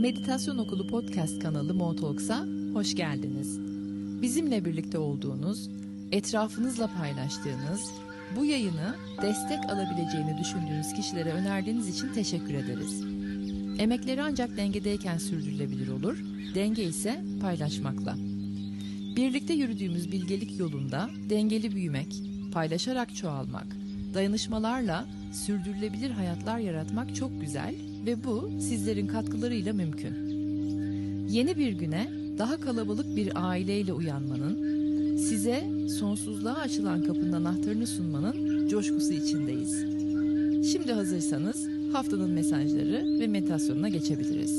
Meditasyon Okulu Podcast kanalı Motalks'a hoş geldiniz. Bizimle birlikte olduğunuz, etrafınızla paylaştığınız, bu yayını destek alabileceğini düşündüğünüz kişilere önerdiğiniz için teşekkür ederiz. Emekleri ancak dengedeyken sürdürülebilir olur, denge ise paylaşmakla. Birlikte yürüdüğümüz bilgelik yolunda dengeli büyümek, paylaşarak çoğalmak, dayanışmalarla sürdürülebilir hayatlar yaratmak çok güzel ve bu sizlerin katkılarıyla mümkün. Yeni bir güne daha kalabalık bir aileyle uyanmanın, size sonsuzluğa açılan kapının anahtarını sunmanın coşkusu içindeyiz. Şimdi hazırsanız haftanın mesajları ve meditasyonuna geçebiliriz.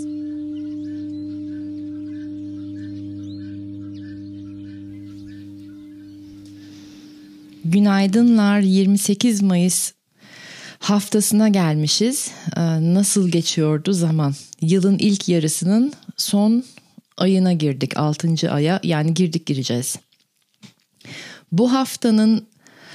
Günaydınlar, 28 Mayıs haftasına gelmişiz. Nasıl geçiyordu zaman? Yılın ilk yarısının son ayına girdik, 6. aya, yani gireceğiz. Bu haftanın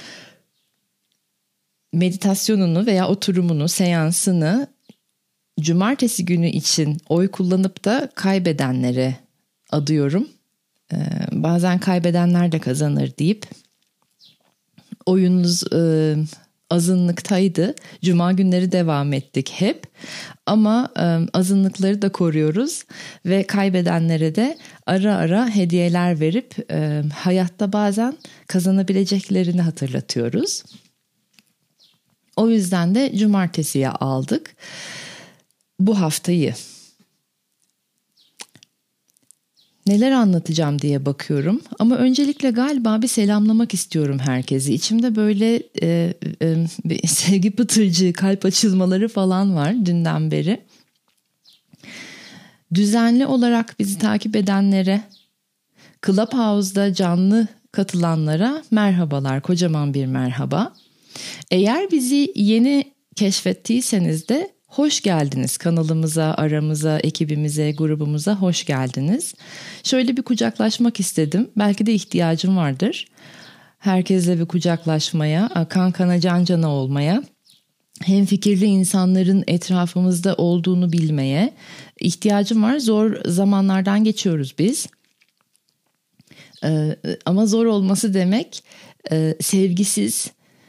meditasyonunu veya oturumunu, seansını cumartesi günü için oy kullanıp da kaybedenlere adıyorum. Bazen kaybedenler de kazanır deyip oyununuz azınlıktaydı. Cuma günleri devam ettik hep. Ama azınlıkları da koruyoruz ve kaybedenlere de ara ara hediyeler verip hayatta bazen kazanabileceklerini hatırlatıyoruz. O yüzden de cumartesiye aldık bu haftayı. Neler anlatacağım diye bakıyorum ama öncelikle galiba bir selamlamak istiyorum herkesi. İçimde böyle bir sevgi pıtırcığı, kalp açılmaları falan var dünden beri. Düzenli olarak bizi takip edenlere, Clubhouse'da canlı katılanlara merhabalar, kocaman bir merhaba. Eğer bizi yeni keşfettiyseniz de hoş geldiniz kanalımıza, aramıza, ekibimize, grubumuza hoş geldiniz. Şöyle bir kucaklaşmak istedim. Belki de ihtiyacım vardır. Herkesle bir kucaklaşmaya, kan kana can cana olmaya, hemfikirli insanların etrafımızda olduğunu bilmeye ihtiyacım var. Zor zamanlardan geçiyoruz biz. Ama zor olması demek sevgisiz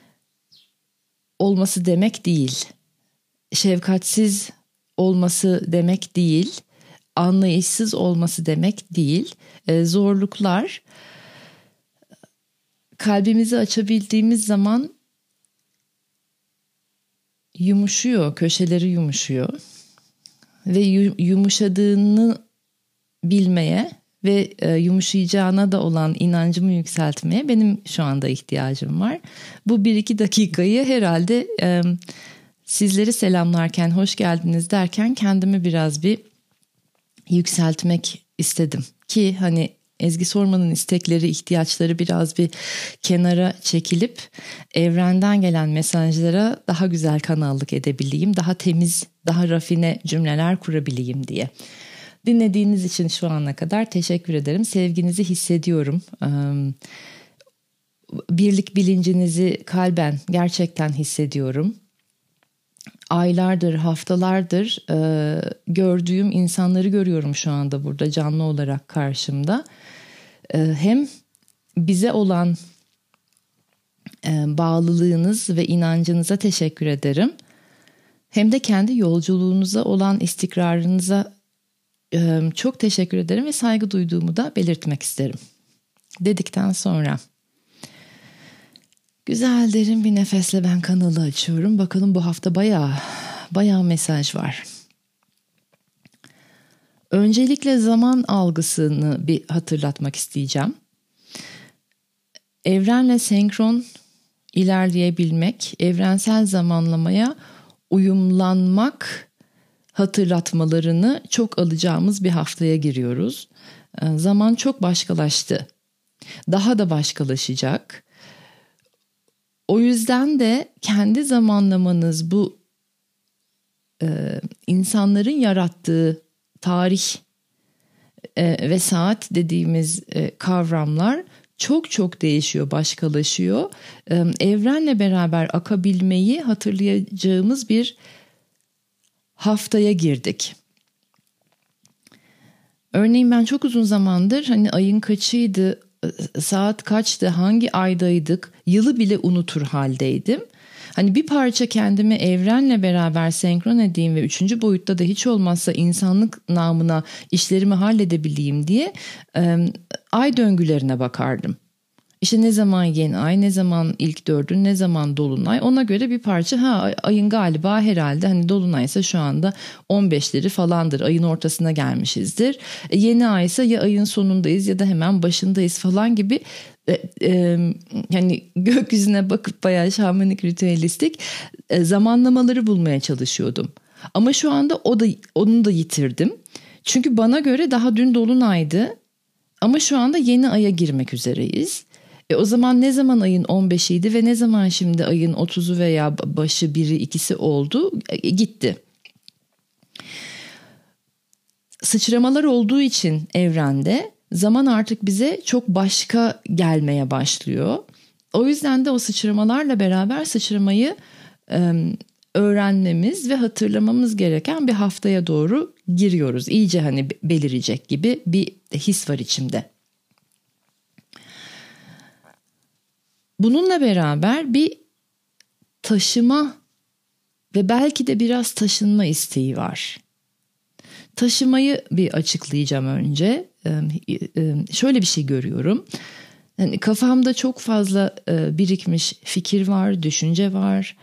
olması demek değil. Şefkatsiz olması demek değil, anlayışsız olması demek değil. Zorluklar kalbimizi açabildiğimiz zaman yumuşuyor, köşeleri yumuşuyor ve yumuşadığını bilmeye ve yumuşayacağına da olan inancımı yükseltmeye benim şu anda ihtiyacım var. Bu 1-2 dakikayı herhalde sizleri selamlarken, hoş geldiniz derken kendimi biraz bir yükseltmek istedim. Ki hani Ezgi Sorman'ın istekleri, ihtiyaçları biraz bir kenara çekilip evrenden gelen mesajlara daha güzel kanallık edebileyim, daha temiz, daha rafine cümleler kurabileyim diye. Dinlediğiniz için şu ana kadar teşekkür ederim. Sevginizi hissediyorum. Birlik bilincinizi kalben gerçekten hissediyorum. Aylardır, haftalardır gördüğüm insanları görüyorum şu anda burada canlı olarak karşımda. Hem bize olan bağlılığınız ve inancınıza teşekkür ederim. Hem de kendi yolculuğunuza olan istikrarınıza çok teşekkür ederim ve saygı duyduğumu da belirtmek isterim. Dedikten sonra güzel derin bir nefesle ben kanalı açıyorum. Bakalım bu hafta bayağı mesaj var. Öncelikle zaman algısını bir hatırlatmak isteyeceğim. Evrenle senkron ilerleyebilmek, evrensel zamanlamaya uyumlanmak hatırlatmalarını çok alacağımız bir haftaya giriyoruz. Zaman çok başkalaştı. Daha da başkalaşacak. O yüzden de kendi zamanlamanız bu insanların yarattığı tarih ve saat dediğimiz kavramlar çok değişiyor, başkalaşıyor. Evrenle beraber akabilmeyi hatırlayacağımız bir haftaya girdik. Örneğin ben çok uzun zamandır hani ayın kaçıydı, saat kaçtı, hangi aydaydık, yılı bile unutur haldeydim. Hani bir parça kendimi evrenle beraber senkron edeyim ve üçüncü boyutta da hiç olmazsa insanlık namına işlerimi halledebileyim diye ay döngülerine bakardım. İşte ne zaman yeni ay, ne zaman ilk dördün, ne zaman dolunay, ona göre bir parça ayın galiba herhalde hani dolunaysa şu anda 15'leri falandır, ayın ortasına gelmişizdir. Yeni aysa ya ayın sonundayız ya da hemen başındayız falan gibi hani gökyüzüne bakıp bayağı şamanik, ritüelistik zamanlamaları bulmaya çalışıyordum. Ama şu anda onu da yitirdim. Çünkü bana göre daha dün dolunaydı ama şu anda yeni aya girmek üzereyiz. O zaman ne zaman ayın 15'iydi ve ne zaman şimdi ayın 30'u veya başı 1'i 2'si oldu, gitti. Sıçramalar olduğu için evrende zaman artık bize çok başka gelmeye başlıyor. O yüzden de o sıçramalarla beraber sıçramayı öğrenmemiz ve hatırlamamız gereken bir haftaya doğru giriyoruz. İyice hani belirecek gibi bir his var içimde. Bununla beraber bir taşıma ve belki de biraz taşınma isteği var. Taşımayı bir açıklayacağım önce. Şöyle bir şey görüyorum. Yani kafamda çok fazla birikmiş fikir var, düşünce var,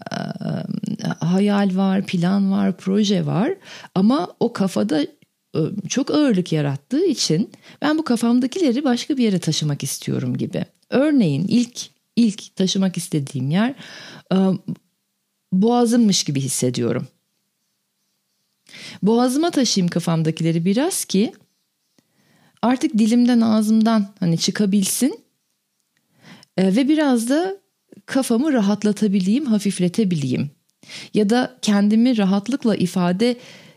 hayal var, plan var, proje var. Ama o kafada çok ağırlık yarattığı için ben bu kafamdakileri başka bir yere taşımak istiyorum gibi. Örneğin ilk taşımak istediğim yer boğazımmış gibi hissediyorum. Boğazıma taşıyayım kafamdakileri biraz ki artık dilimden ağzımdan hani çıkabilsin ve biraz da kafamı rahatlatabileyim, hafifletebileyim. Ya da kendimi rahatlıkla ifade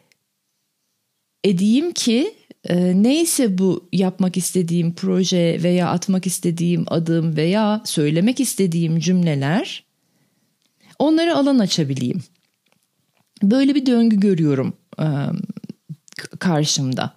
edeyim ki neyse bu yapmak istediğim proje veya atmak istediğim adım veya söylemek istediğim cümleler, onlara alan açabileyim. Böyle bir döngü görüyorum karşımda.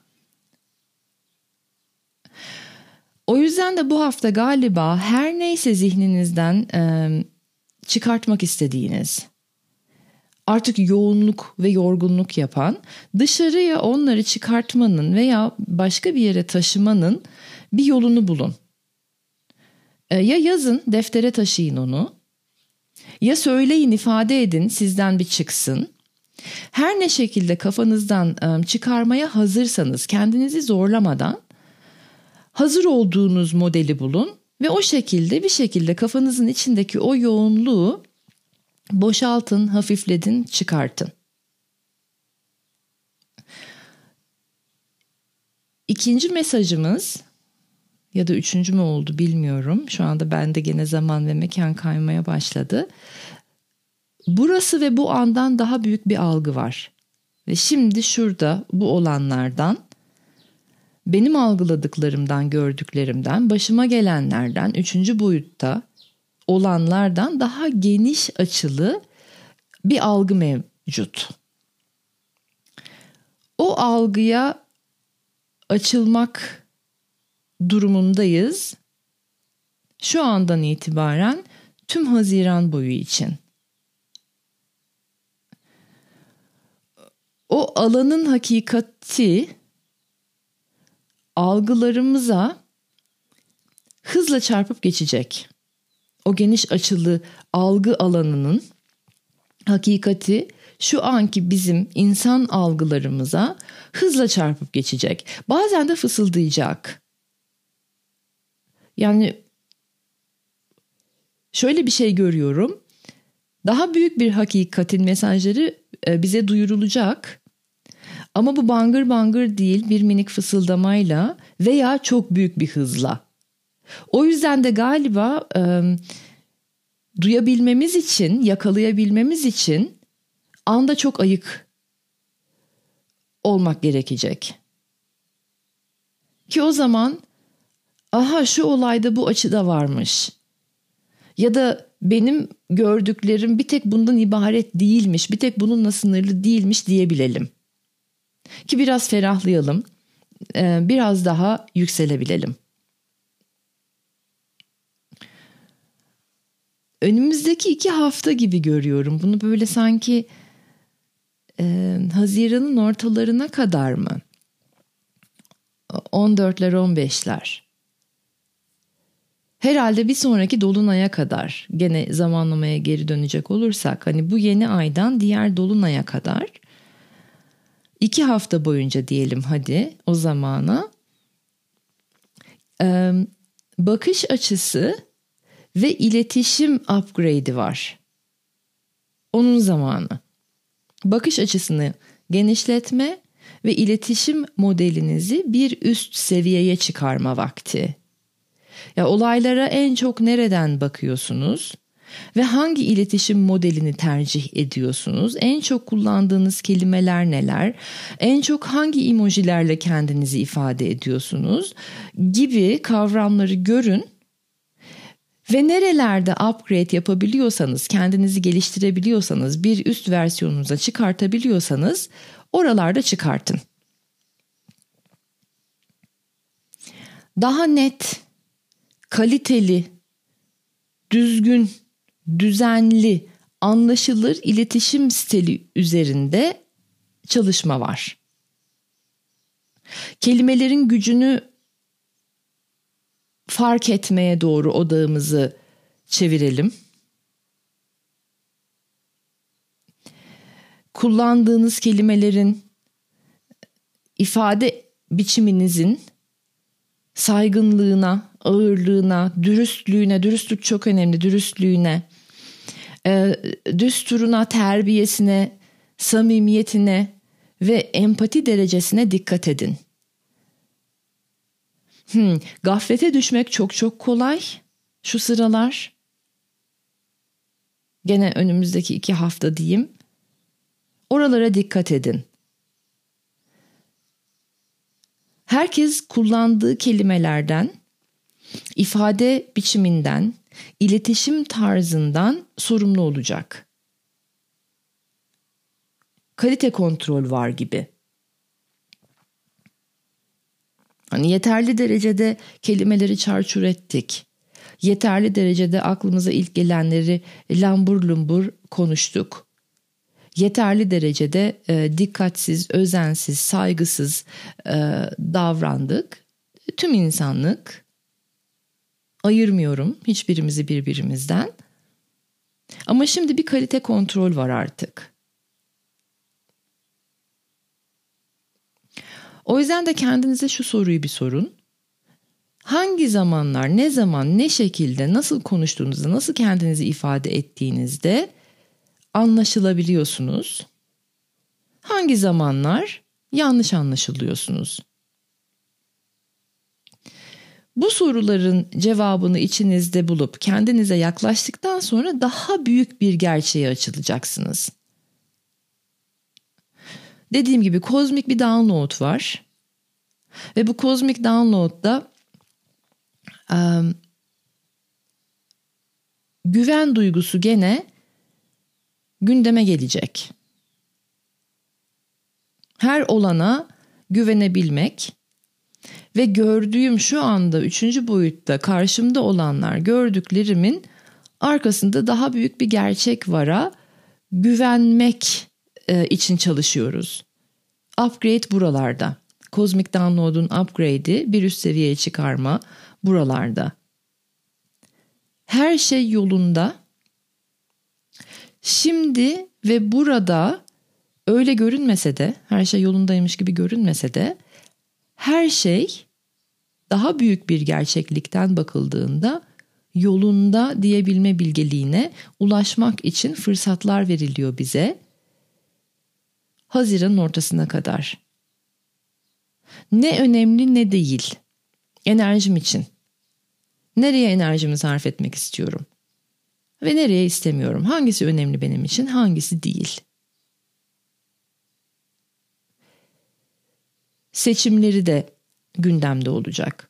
O yüzden de bu hafta galiba her neyse zihninizden çıkartmak istediğiniz, artık yoğunluk ve yorgunluk yapan, dışarıya onları çıkartmanın veya başka bir yere taşımanın bir yolunu bulun. Ya yazın, deftere taşıyın onu. Ya söyleyin, ifade edin, sizden bir çıksın. Her ne şekilde kafanızdan çıkarmaya hazırsanız, kendinizi zorlamadan hazır olduğunuz modeli bulun ve o şekilde bir şekilde kafanızın içindeki o yoğunluğu boşaltın, hafifledin, çıkartın. İkinci mesajımız ya da üçüncü mü oldu bilmiyorum. Şu anda bende gene zaman ve mekan kaymaya başladı. Burası ve bu andan daha büyük bir algı var. Ve şimdi şurada bu olanlardan, benim algıladıklarımdan, gördüklerimden, başıma gelenlerden, üçüncü boyutta olanlardan daha geniş açılı bir algı mevcut. O algıya açılmak durumundayız. Şu andan itibaren tüm Haziran boyu için. O alanın hakikati algılarımıza hızla çarpıp geçecek. O geniş açılı algı alanının hakikati şu anki bizim insan algılarımıza hızla çarpıp geçecek. Bazen de fısıldayacak. Yani şöyle bir şey görüyorum. Daha büyük bir hakikatin mesajları bize duyurulacak. Ama bu bangır bangır değil, bir minik fısıldamayla veya çok büyük bir hızla. O yüzden de galiba duyabilmemiz için, yakalayabilmemiz için anda çok ayık olmak gerekecek. Ki o zaman aha şu olayda bu açıda varmış. Ya da benim gördüklerim bir tek bundan ibaret değilmiş, bir tek bununla sınırlı değilmiş diyebilelim. Ki biraz ferahlayalım. biraz daha yükselebilelim. Önümüzdeki 2 hafta gibi görüyorum. Bunu böyle sanki Haziran'ın ortalarına kadar mı? 14'ler 15'ler. Herhalde bir sonraki dolunaya kadar, gene zamanlamaya geri dönecek olursak, hani bu yeni aydan diğer dolunaya kadar 2 hafta boyunca diyelim hadi o zamana bakış açısı ve iletişim upgrade'i var. Onun zamanı. Bakış açısını genişletme ve iletişim modelinizi bir üst seviyeye çıkarma vakti. Ya olaylara en çok nereden bakıyorsunuz ve hangi iletişim modelini tercih ediyorsunuz? En çok kullandığınız kelimeler neler? En çok hangi emojilerle kendinizi ifade ediyorsunuz? Gibi kavramları görün ve nerelerde upgrade yapabiliyorsanız, kendinizi geliştirebiliyorsanız, bir üst versiyonunuza çıkartabiliyorsanız oralarda çıkartın. Daha net, kaliteli, düzgün, düzenli, anlaşılır iletişim stili üzerinde çalışma var. Kelimelerin gücünü fark etmeye doğru odağımızı çevirelim. Kullandığınız kelimelerin, ifade biçiminizin saygınlığına, ağırlığına, dürüstlüğüne, dürüstlük çok önemli, dürüstlüğüne, düsturuna, terbiyesine, samimiyetine ve empati derecesine dikkat edin. Gaflete düşmek çok kolay şu sıralar. Gene önümüzdeki 2 hafta diyeyim. Oralara dikkat edin. Herkes kullandığı kelimelerden, ifade biçiminden, iletişim tarzından sorumlu olacak. Kalite kontrol var gibi. Hani yeterli derecede kelimeleri çarçur ettik. Yeterli derecede aklımıza ilk gelenleri lambur lumbur konuştuk. Yeterli derecede dikkatsiz, özensiz, saygısız davrandık. Tüm insanlık, ayırmıyorum hiçbirimizi birbirimizden. Ama şimdi bir kalite kontrol var artık. O yüzden de kendinize şu soruyu bir sorun. Hangi zamanlar, ne zaman, ne şekilde, nasıl konuştuğunuzda, nasıl kendinizi ifade ettiğinizde anlaşılabiliyorsunuz? Hangi zamanlar yanlış anlaşılıyorsunuz? Bu soruların cevabını içinizde bulup kendinize yaklaştıktan sonra daha büyük bir gerçeğe açılacaksınız. Dediğim gibi kozmik bir download var. Ve bu kozmik download'da güven duygusu gene gündeme gelecek. Her olana güvenebilmek ve gördüğüm şu anda 3. boyutta karşımda olanlar, gördüklerimin arkasında daha büyük bir gerçek vara güvenmek için çalışıyoruz. Upgrade buralarda. Cosmic Download'un upgrade'i bir üst seviyeye çıkarma buralarda. Her şey yolunda. Şimdi ve burada öyle görünmese de, her şey yolundaymış gibi görünmese de, her şey daha büyük bir gerçeklikten bakıldığında yolunda diyebilme bilgeliğine ulaşmak için fırsatlar veriliyor bize. Haziran'ın ortasına kadar. Ne önemli ne değil. Enerjim için. Nereye enerjimi sarf etmek istiyorum? Ve nereye istemiyorum? Hangisi önemli benim için, hangisi değil? Seçimleri de gündemde olacak.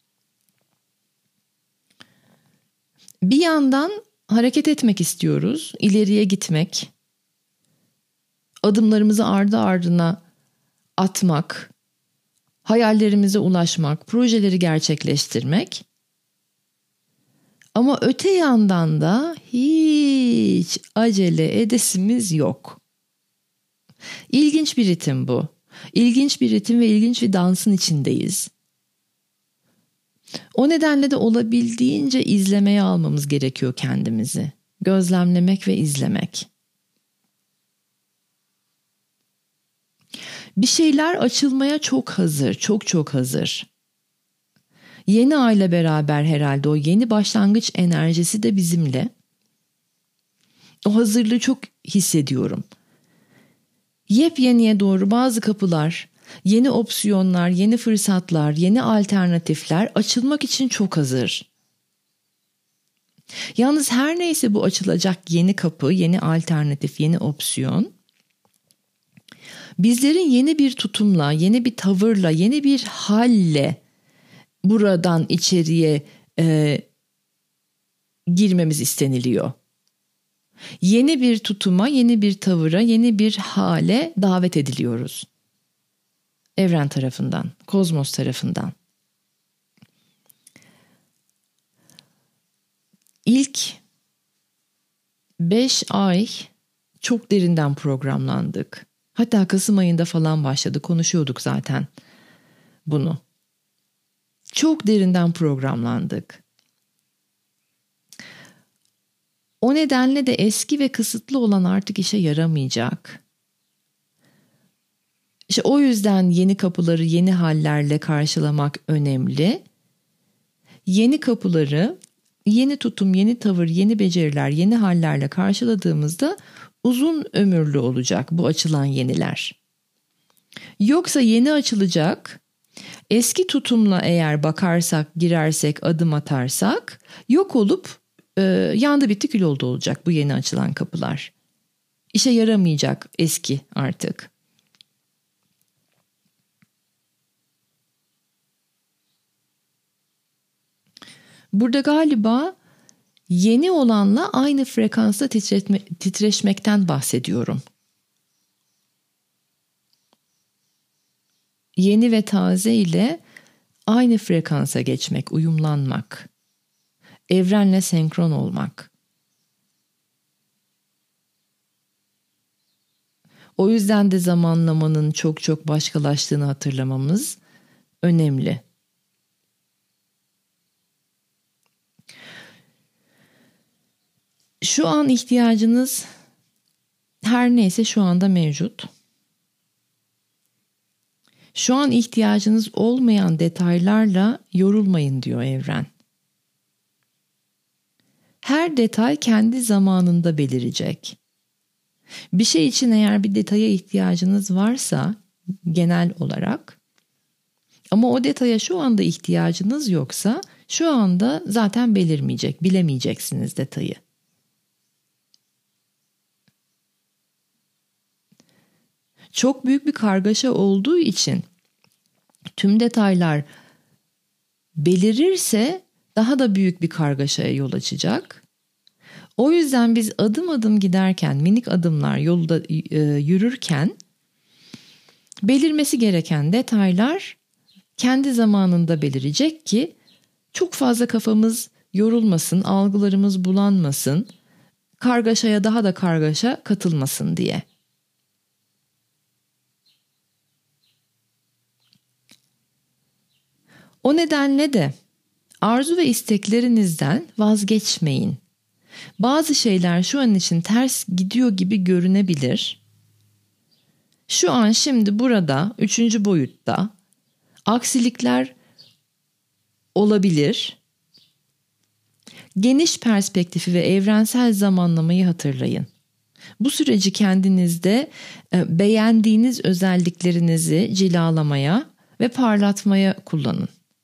Bir yandan hareket etmek istiyoruz, ileriye gitmek, adımlarımızı ardı ardına atmak, hayallerimize ulaşmak, projeleri gerçekleştirmek. Ama öte yandan da hiç acele edesimiz yok. İlginç bir ritim bu. İlginç bir ritim ve ilginç bir dansın içindeyiz. O nedenle de olabildiğince izlemeye almamız gerekiyor kendimizi. Gözlemlemek ve izlemek. Bir şeyler açılmaya çok hazır, çok hazır. Yeni ayla beraber herhalde o yeni başlangıç enerjisi de bizimle. O hazırlığı çok hissediyorum. Yepyeniye doğru bazı kapılar, yeni opsiyonlar, yeni fırsatlar, yeni alternatifler açılmak için çok hazır. Yalnız her neyse bu açılacak yeni kapı, yeni alternatif, yeni opsiyon, bizlerin yeni bir tutumla, yeni bir tavırla, yeni bir halle buradan içeriye girmemiz isteniliyor. Yeni bir tutuma, yeni bir tavıra, yeni bir hale davet ediliyoruz. Evren tarafından, kozmos tarafından. İlk 5 ay çok derinden programlandık. Hatta Kasım ayında falan başladı, konuşuyorduk zaten bunu. Çok derinden programlandık. O nedenle de eski ve kısıtlı olan artık işe yaramayacak. İşte o yüzden yeni kapıları yeni hallerle karşılamak önemli. Yeni kapıları, yeni tutum, yeni tavır, yeni beceriler, yeni hallerle karşıladığımızda uzun ömürlü olacak bu açılan yeniler. Yoksa yeni açılacak, eski tutumla eğer bakarsak, girersek, adım atarsak yok olup yandı bitti kül oldu olacak bu yeni açılan kapılar. İşe yaramayacak eski artık. Burada galiba yeni olanla aynı frekansta titreşmekten bahsediyorum. Yeni ve taze ile aynı frekansa geçmek, uyumlanmak, evrenle senkron olmak. O yüzden de zamanlamanın çok başkalaştığını hatırlamamız önemli. Şu an ihtiyacınız her neyse şu anda mevcut. Şu an ihtiyacınız olmayan detaylarla yorulmayın diyor evren. Her detay kendi zamanında belirecek. Bir şey için eğer bir detaya ihtiyacınız varsa genel olarak ama o detaya şu anda ihtiyacınız yoksa şu anda zaten belirmeyecek, bilemeyeceksiniz detayı. Çok büyük bir kargaşa olduğu için tüm detaylar belirirse daha da büyük bir kargaşaya yol açacak. O yüzden biz adım adım giderken, minik adımlar yolda yürürken belirmesi gereken detaylar kendi zamanında belirecek ki çok fazla kafamız yorulmasın, algılarımız bulanmasın, kargaşaya daha da kargaşa katılmasın diye. O nedenle de arzu ve isteklerinizden vazgeçmeyin. Bazı şeyler şu an için ters gidiyor gibi görünebilir. Şu an şimdi burada 3. boyutta aksilikler olabilir. Geniş perspektifi ve evrensel zamanlamayı hatırlayın. Bu süreci kendinizde beğendiğiniz özelliklerinizi cilalamaya ve parlatmaya kullanın.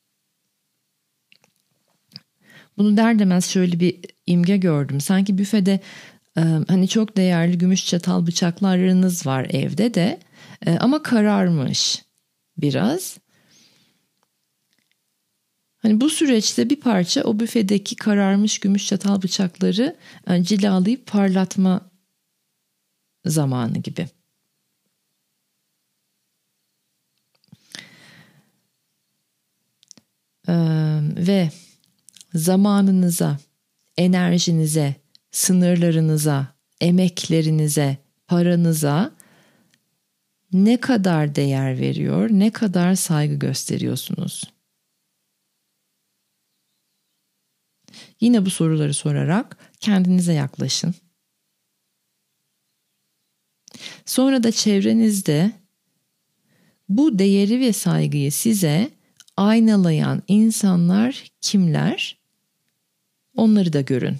Bunu der demez şöyle bir imge gördüm. Sanki büfede hani çok değerli gümüş çatal bıçaklarınız var evde de ama kararmış biraz. Hani bu süreçte bir parça o büfedeki kararmış gümüş çatal bıçakları cilalayıp parlatma zamanı gibi. ve zamanınıza, enerjinize, sınırlarınıza, emeklerinize, paranıza ne kadar değer veriyor, ne kadar saygı gösteriyorsunuz? Yine bu soruları sorarak kendinize yaklaşın. Sonra da çevrenizde bu değeri ve saygıyı size aynalayan insanlar kimler? Onları da görün.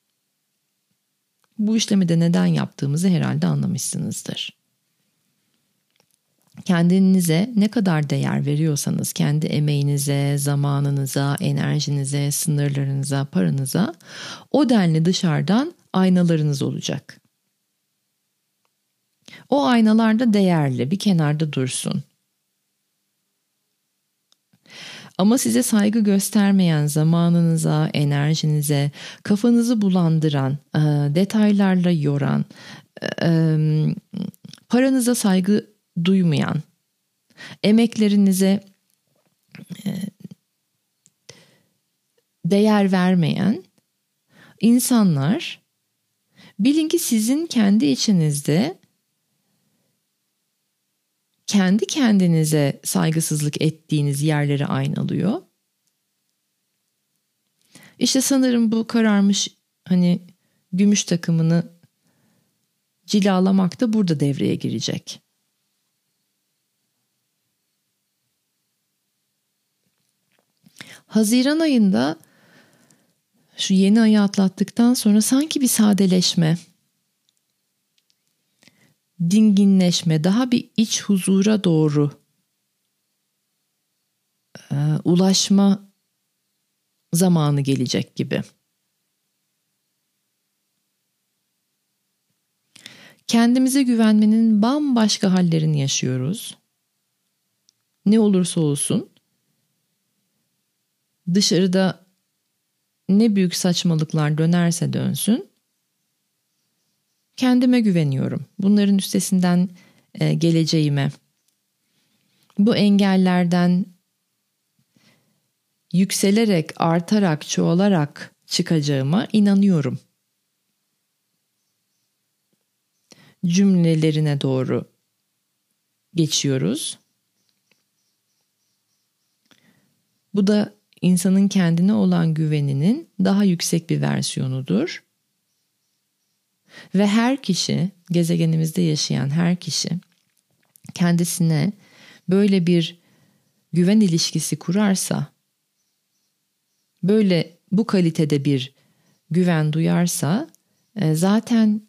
Bu işlemi de neden yaptığımızı herhalde anlamışsınızdır. Kendinize ne kadar değer veriyorsanız, kendi emeğinize, zamanınıza, enerjinize, sınırlarınıza, paranıza, o denli dışarıdan aynalarınız olacak. O aynalar da değerli, bir kenarda dursun. Ama size saygı göstermeyen, zamanınıza, enerjinize, kafanızı bulandıran, detaylarla yoran, paranıza saygı duymayan, emeklerinize değer vermeyen insanlar, bilin ki sizin kendi içinizde kendi kendinize saygısızlık ettiğiniz yerleri aynalıyor. İşte sanırım bu kararmış gümüş takımını cilalamak da burada devreye girecek. Haziran ayında şu yeni ayı atlattıktan sonra sanki bir sadeleşme, dinginleşme, daha bir iç huzura doğru ulaşma zamanı gelecek gibi. Kendimize güvenmenin bambaşka hallerini yaşıyoruz. Ne olursa olsun, dışarıda ne büyük saçmalıklar dönerse dönsün, kendime güveniyorum. Bunların üstesinden geleceğime, bu engellerden yükselerek, artarak, çoğalarak çıkacağıma inanıyorum. Cümlelerine doğru geçiyoruz. Bu da insanın kendine olan güveninin daha yüksek bir versiyonudur. Ve her kişi, gezegenimizde yaşayan her kişi kendisine böyle bir güven ilişkisi kurarsa, böyle bu kalitede bir güven duyarsa zaten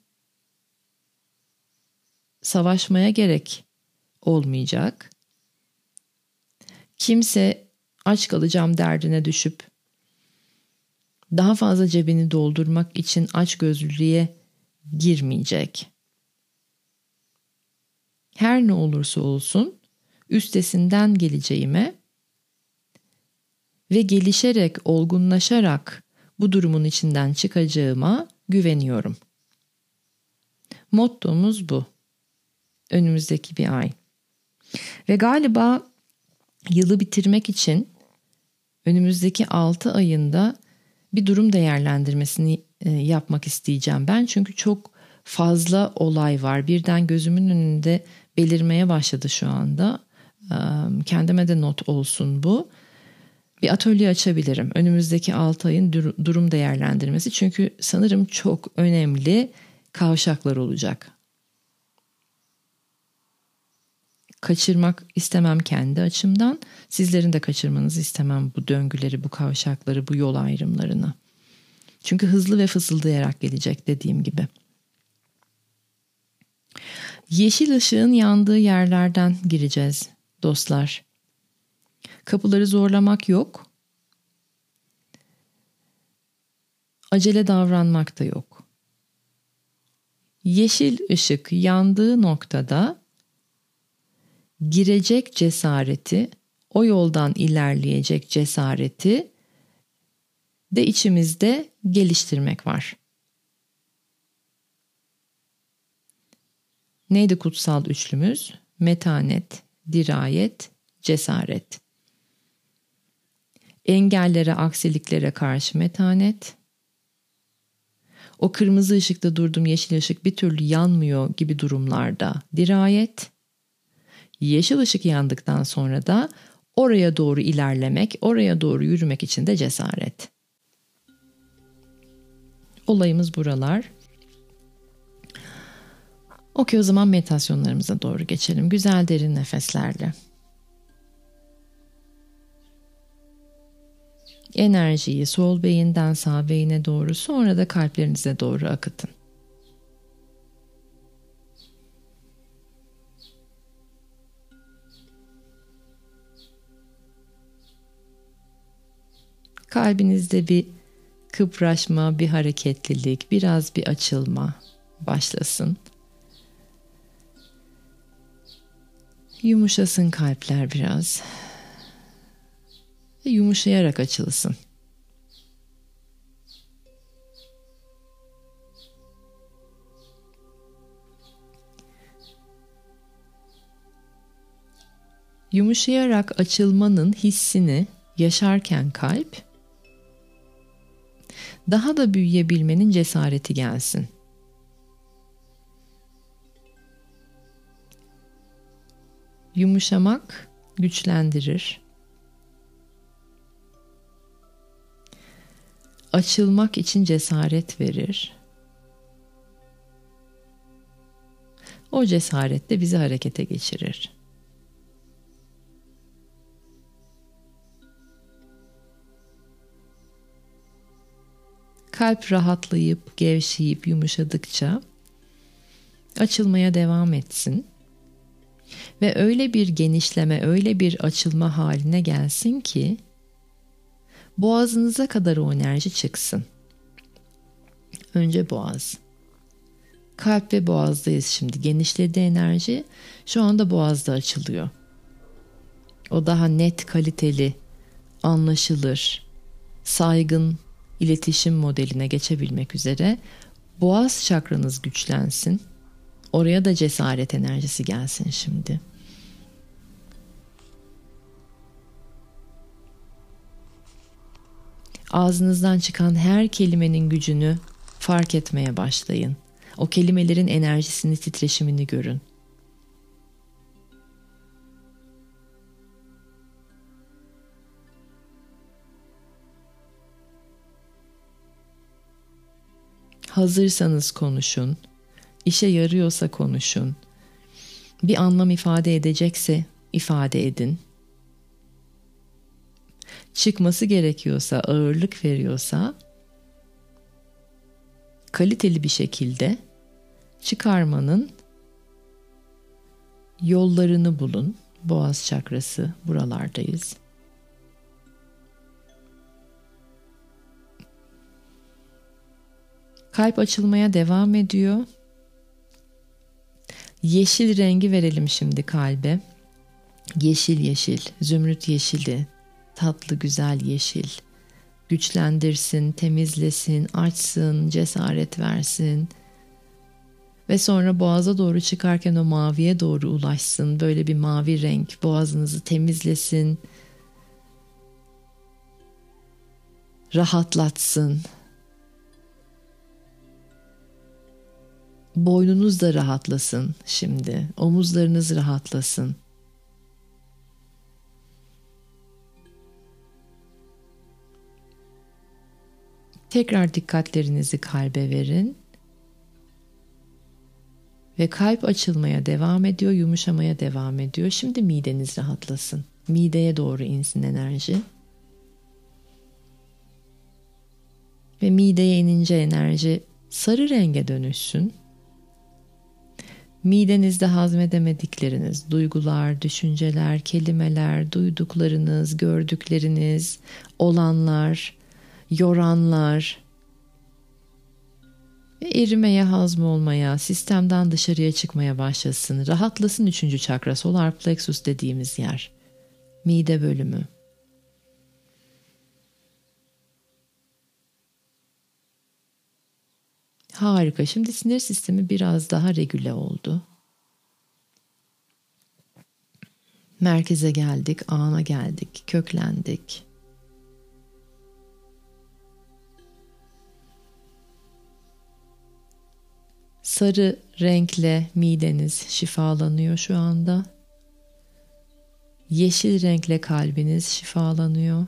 savaşmaya gerek olmayacak. Kimse aç kalacağım derdine düşüp daha fazla cebini doldurmak için açgözlülüğe girmeyecek. Her ne olursa olsun üstesinden geleceğime ve gelişerek, olgunlaşarak bu durumun içinden çıkacağıma güveniyorum. Mottomuz bu. Önümüzdeki bir ay. Ve galiba yılı bitirmek için önümüzdeki 6 ayında bir durum değerlendirmesini yapmak isteyeceğim ben. Çünkü çok fazla olay var. Birden gözümün önünde belirmeye başladı şu anda. Kendime de not olsun bu. Bir atölye açabilirim. Önümüzdeki 6 ayın durum değerlendirmesi. Çünkü sanırım çok önemli kavşaklar olacak. Kaçırmak istemem kendi açımdan. Sizlerin de kaçırmanızı istemem bu döngüleri, bu kavşakları, bu yol ayrımlarını. Çünkü hızlı ve fısıldayarak gelecek dediğim gibi. Yeşil ışığın yandığı yerlerden gireceğiz dostlar. Kapıları zorlamak yok. Acele davranmak da yok. Yeşil ışık yandığı noktada girecek cesareti, o yoldan ilerleyecek cesareti de içimizde geliştirmek var. Neydi kutsal üçlümüz? Metanet, dirayet, cesaret. Engellere, aksiliklere karşı metanet. O kırmızı ışıkta durdum, yeşil ışık bir türlü yanmıyor gibi durumlarda dirayet. Yeşil ışık yandıktan sonra da oraya doğru ilerlemek, oraya doğru yürümek için de cesaret. Olayımız buralar. Okey, o zaman meditasyonlarımıza doğru geçelim. Güzel derin nefeslerle. Enerjiyi sol beyinden sağ beyine doğru, sonra da kalplerinize doğru akıtın. Kalbinizde bir kıpraşma, bir hareketlilik, biraz bir açılma başlasın. Yumuşasın kalpler biraz. Ve yumuşayarak açılsın. Yumuşayarak açılmanın hissini yaşarken kalp, daha da büyüyebilmenin cesareti gelsin. Yumuşamak güçlendirir. Açılmak için cesaret verir. O cesaret de bizi harekete geçirir. Kalp rahatlayıp, gevşeyip, yumuşadıkça açılmaya devam etsin. Ve öyle bir genişleme, öyle bir açılma haline gelsin ki boğazınıza kadar o enerji çıksın. Önce boğaz. Kalp ve boğazdayız şimdi. Genişledi enerji. Şu anda boğazda açılıyor. O daha net, kaliteli, anlaşılır, saygın iletişim modeline geçebilmek üzere boğaz çakranız güçlensin. Oraya da cesaret enerjisi gelsin şimdi. Ağzınızdan çıkan her kelimenin gücünü fark etmeye başlayın. O kelimelerin enerjisini, titreşimini görün. Hazırsanız konuşun. İşe yarıyorsa konuşun. Bir anlam ifade edecekse ifade edin. Çıkması gerekiyorsa, ağırlık veriyorsa kaliteli bir şekilde çıkarmanın yollarını bulun. Boğaz çakrası, buralardayız. Kalp açılmaya devam ediyor. Yeşil rengi verelim şimdi kalbe. Yeşil yeşil, zümrüt yeşili, tatlı güzel yeşil. Güçlendirsin, temizlesin, açsın, cesaret versin. Ve sonra boğaza doğru çıkarken o maviye doğru ulaşsın. Böyle bir mavi renk boğazınızı temizlesin. Rahatlatsın. Boynunuz da rahatlasın şimdi. Omuzlarınız rahatlasın. Tekrar dikkatlerinizi kalbe verin. Ve kalp açılmaya devam ediyor, yumuşamaya devam ediyor. Şimdi mideniz rahatlasın. Mideye doğru insin enerji. Ve mideye inince enerji sarı renge dönüşsün. Midenizde hazmedemedikleriniz, duygular, düşünceler, kelimeler, duyduklarınız, gördükleriniz, olanlar, yoranlar ve erimeye, hazmolmaya, sistemden dışarıya çıkmaya başlasın. Rahatlasın 3. çakra, solar plexus dediğimiz yer. Mide bölümü. Harika. Şimdi sinir sistemi biraz daha regüle oldu. Merkeze geldik, ana geldik, köklendik. Sarı renkle mideniz şifalanıyor şu anda. Yeşil renkle kalbiniz şifalanıyor.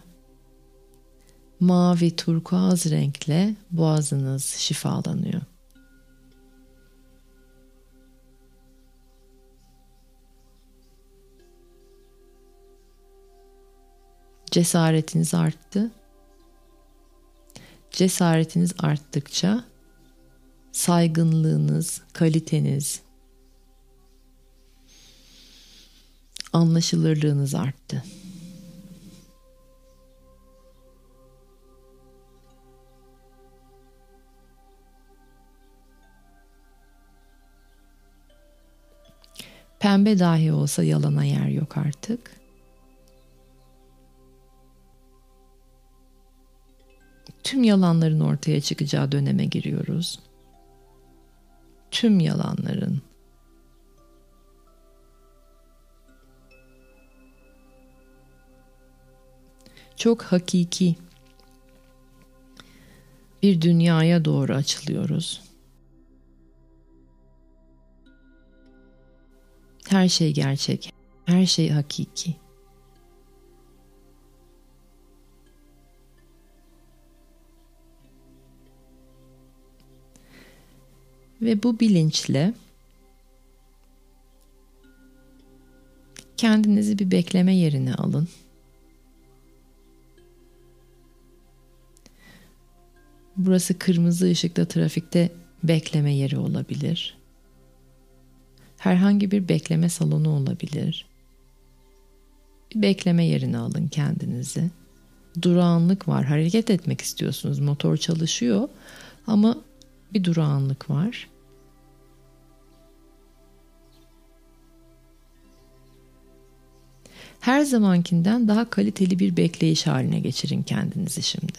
Mavi turkuaz renkle boğazınız şifalanıyor. Cesaretiniz arttı. Cesaretiniz arttıkça saygınlığınız, kaliteniz, anlaşılırlığınız arttı. Pembe dahi olsa yalana yer yok artık. Tüm yalanların ortaya çıkacağı döneme giriyoruz. Tüm yalanların. Çok hakiki bir dünyaya doğru açılıyoruz. Her şey gerçek, her şey hakiki. Ve bu bilinçle kendinizi bir bekleme yerine alın. Burası kırmızı ışıkta trafikte bekleme yeri olabilir. Herhangi bir bekleme salonu olabilir. Bir bekleme yerine alın kendinizi. Durağanlık var. Hareket etmek istiyorsunuz. Motor çalışıyor ama bir durağanlık var. Her zamankinden daha kaliteli bir bekleyiş haline geçirin kendinizi şimdi.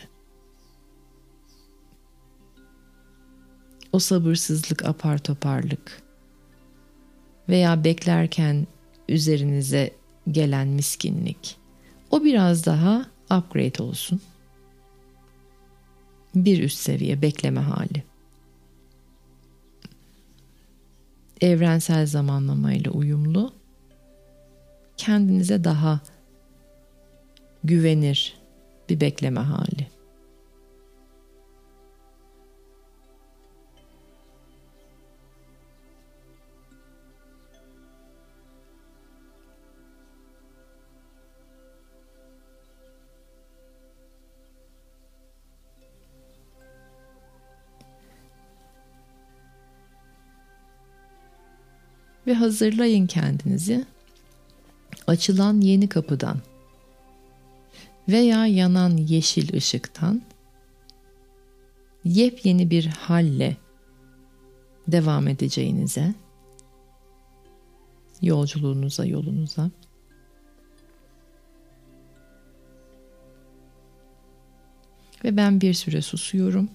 O sabırsızlık, apar toparlık veya beklerken üzerinize gelen miskinlik, o biraz daha upgrade olsun. Bir üst seviye bekleme hali. Evrensel zamanlamayla uyumlu, kendinize daha güvenir bir bekleme hali. Ve hazırlayın kendinizi açılan yeni kapıdan veya yanan yeşil ışıktan yepyeni bir halle devam edeceğinize, yolculuğunuza, yolunuza. Ve ben bir süre susuyorum.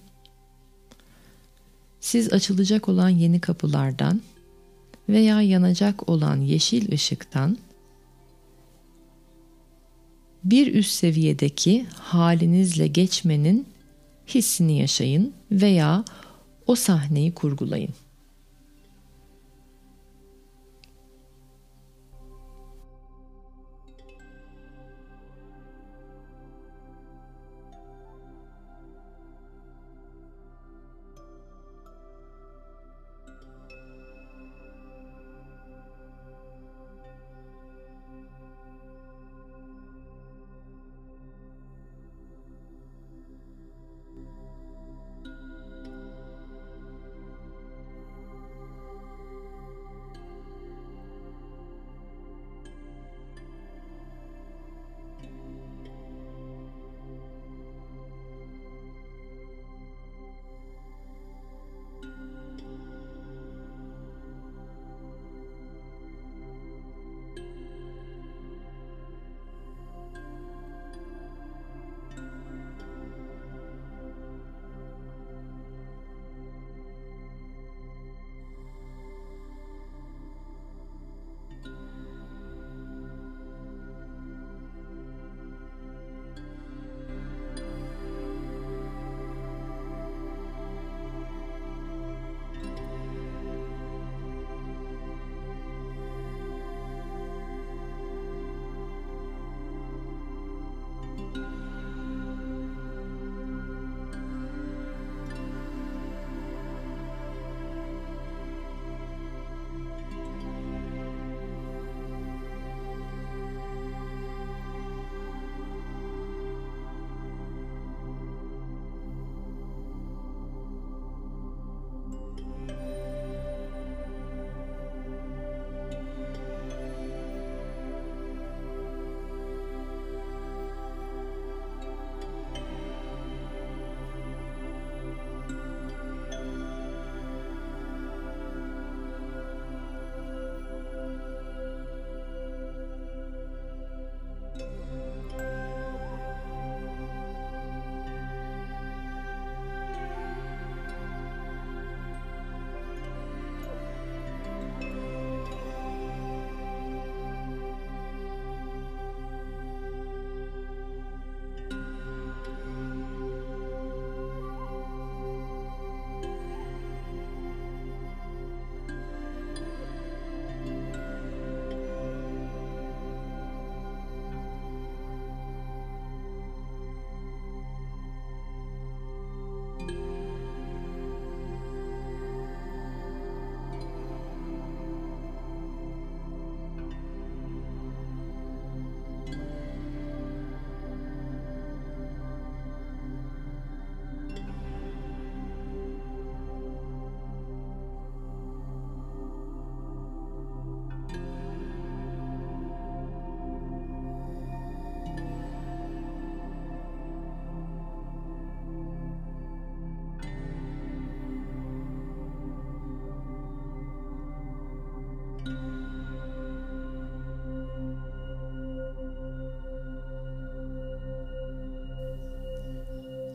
Siz açılacak olan yeni kapılardan veya yanacak olan yeşil ışıktan bir üst seviyedeki halinizle geçmenin hissini yaşayın veya o sahneyi kurgulayın.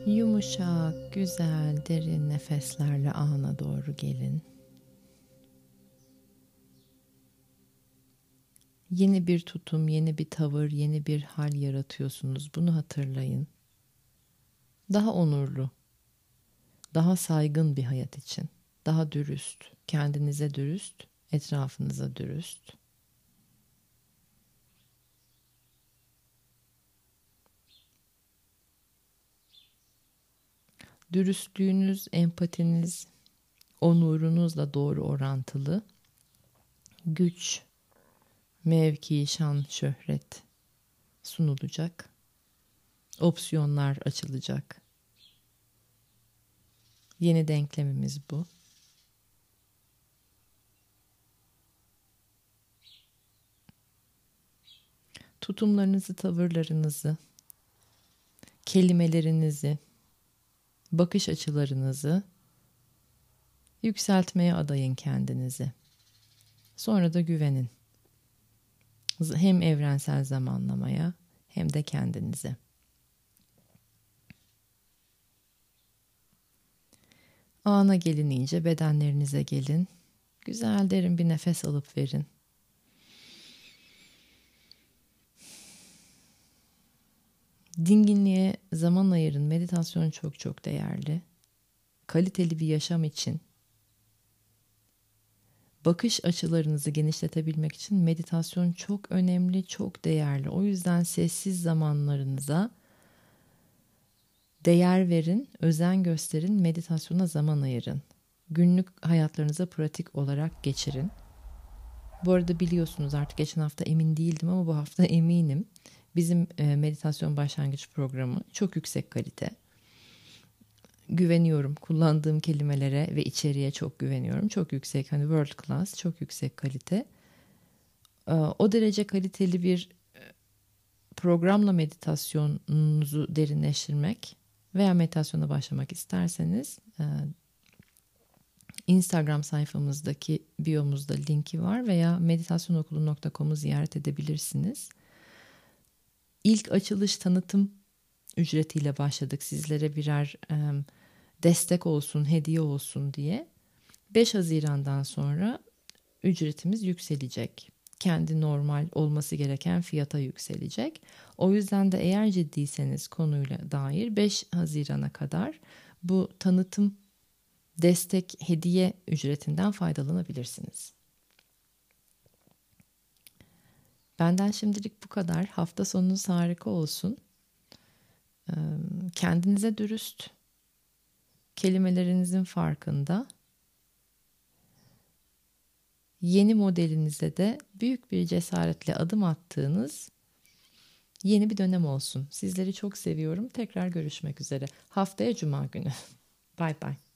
Yumuşak, güzel, derin nefeslerle ana doğru gelin. Yeni bir tutum, yeni bir tavır, yeni bir hal yaratıyorsunuz. Bunu hatırlayın. Daha onurlu, daha saygın bir hayat için. Daha dürüst, kendinize dürüst, etrafınıza dürüst. Dürüstlüğünüz, empatiniz, onurunuzla doğru orantılı. Güç, mevki, şan, şöhret sunulacak. Opsiyonlar açılacak. Yeni denklemimiz bu. Tutumlarınızı, tavırlarınızı, kelimelerinizi, bakış açılarınızı yükseltmeye adayın kendinizi. Sonra da güvenin. Hem evrensel zamanlamaya hem de kendinize. Ana gelin, iyice bedenlerinize gelin. Güzel derin bir nefes alıp verin. Dinginliğe zaman ayırın. Meditasyon çok çok değerli. Kaliteli bir yaşam için, bakış açılarınızı genişletebilmek için meditasyon çok önemli, çok değerli. O yüzden sessiz zamanlarınıza değer verin, özen gösterin, meditasyona zaman ayırın. Günlük hayatlarınıza pratik olarak geçirin. Bu arada biliyorsunuz, artık geçen hafta emin değildim ama bu hafta eminim. Bizim meditasyon başlangıç programı çok yüksek kalite. Güveniyorum, kullandığım kelimelere ve içeriğe çok güveniyorum. Çok yüksek, hani world class, çok yüksek kalite. O derece kaliteli bir programla meditasyonunuzu derinleştirmek veya meditasyona başlamak isterseniz Instagram sayfamızdaki biyomuzda linki var veya meditasyonokulu.com'u ziyaret edebilirsiniz. İlk açılış tanıtım ücretiyle başladık, sizlere birer destek olsun, hediye olsun diye. 5 Haziran'dan sonra ücretimiz yükselecek. Kendi normal olması gereken fiyata yükselecek. O yüzden de eğer ciddiyseniz konuyla dair 5 Haziran'a kadar bu tanıtım, destek, hediye ücretinden faydalanabilirsiniz. Benden şimdilik bu kadar. Hafta sonunuz harika olsun. Kendinize dürüst, kelimelerinizin farkında, yeni modelinize de büyük bir cesaretle adım attığınız yeni bir dönem olsun. Sizleri çok seviyorum. Tekrar görüşmek üzere. Haftaya Cuma günü. Bye bye.